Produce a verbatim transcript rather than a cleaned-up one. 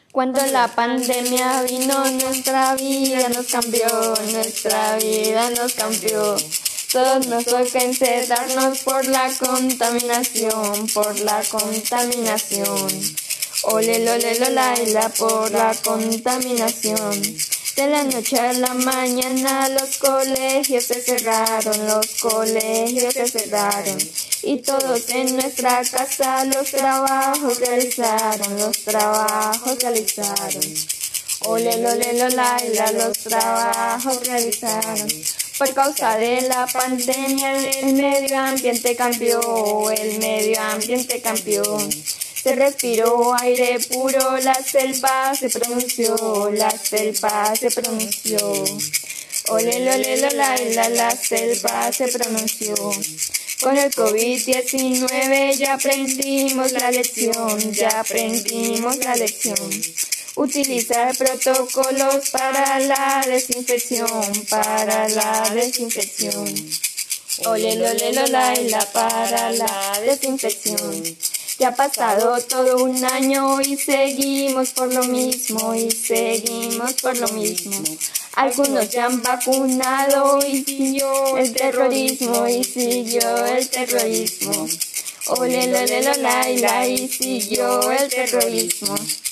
Cuando la pandemia vino, nuestra vida nos cambió, nuestra vida nos cambió. Todos nos toca encerrarnos por la contaminación, por la contaminación. Ole, lole, lolaila, por la contaminación. De la noche a la mañana los colegios se cerraron, los colegios se cerraron. Y todos en nuestra casa los trabajos realizaron, los trabajos realizaron. Ole, lole, lolaila, los trabajos realizaron. Por causa de la pandemia el medio ambiente cambió, el medio ambiente cambió. Se respiró aire puro, la selva se pronunció, la selva se pronunció. Ole, lole, lolaila, la selva se pronunció. Con el COVID diecinueve ya aprendimos la lección, ya aprendimos la lección. Utilizar protocolos para la desinfección, para la desinfección. Ole, lole, lolaila, para la desinfección. Ya ha pasado todo un año y seguimos por lo mismo, y seguimos por lo mismo. Algunos ya han vacunado y siguió el terrorismo, y siguió el terrorismo. Ole, lole, lolaila, y siguió el terrorismo.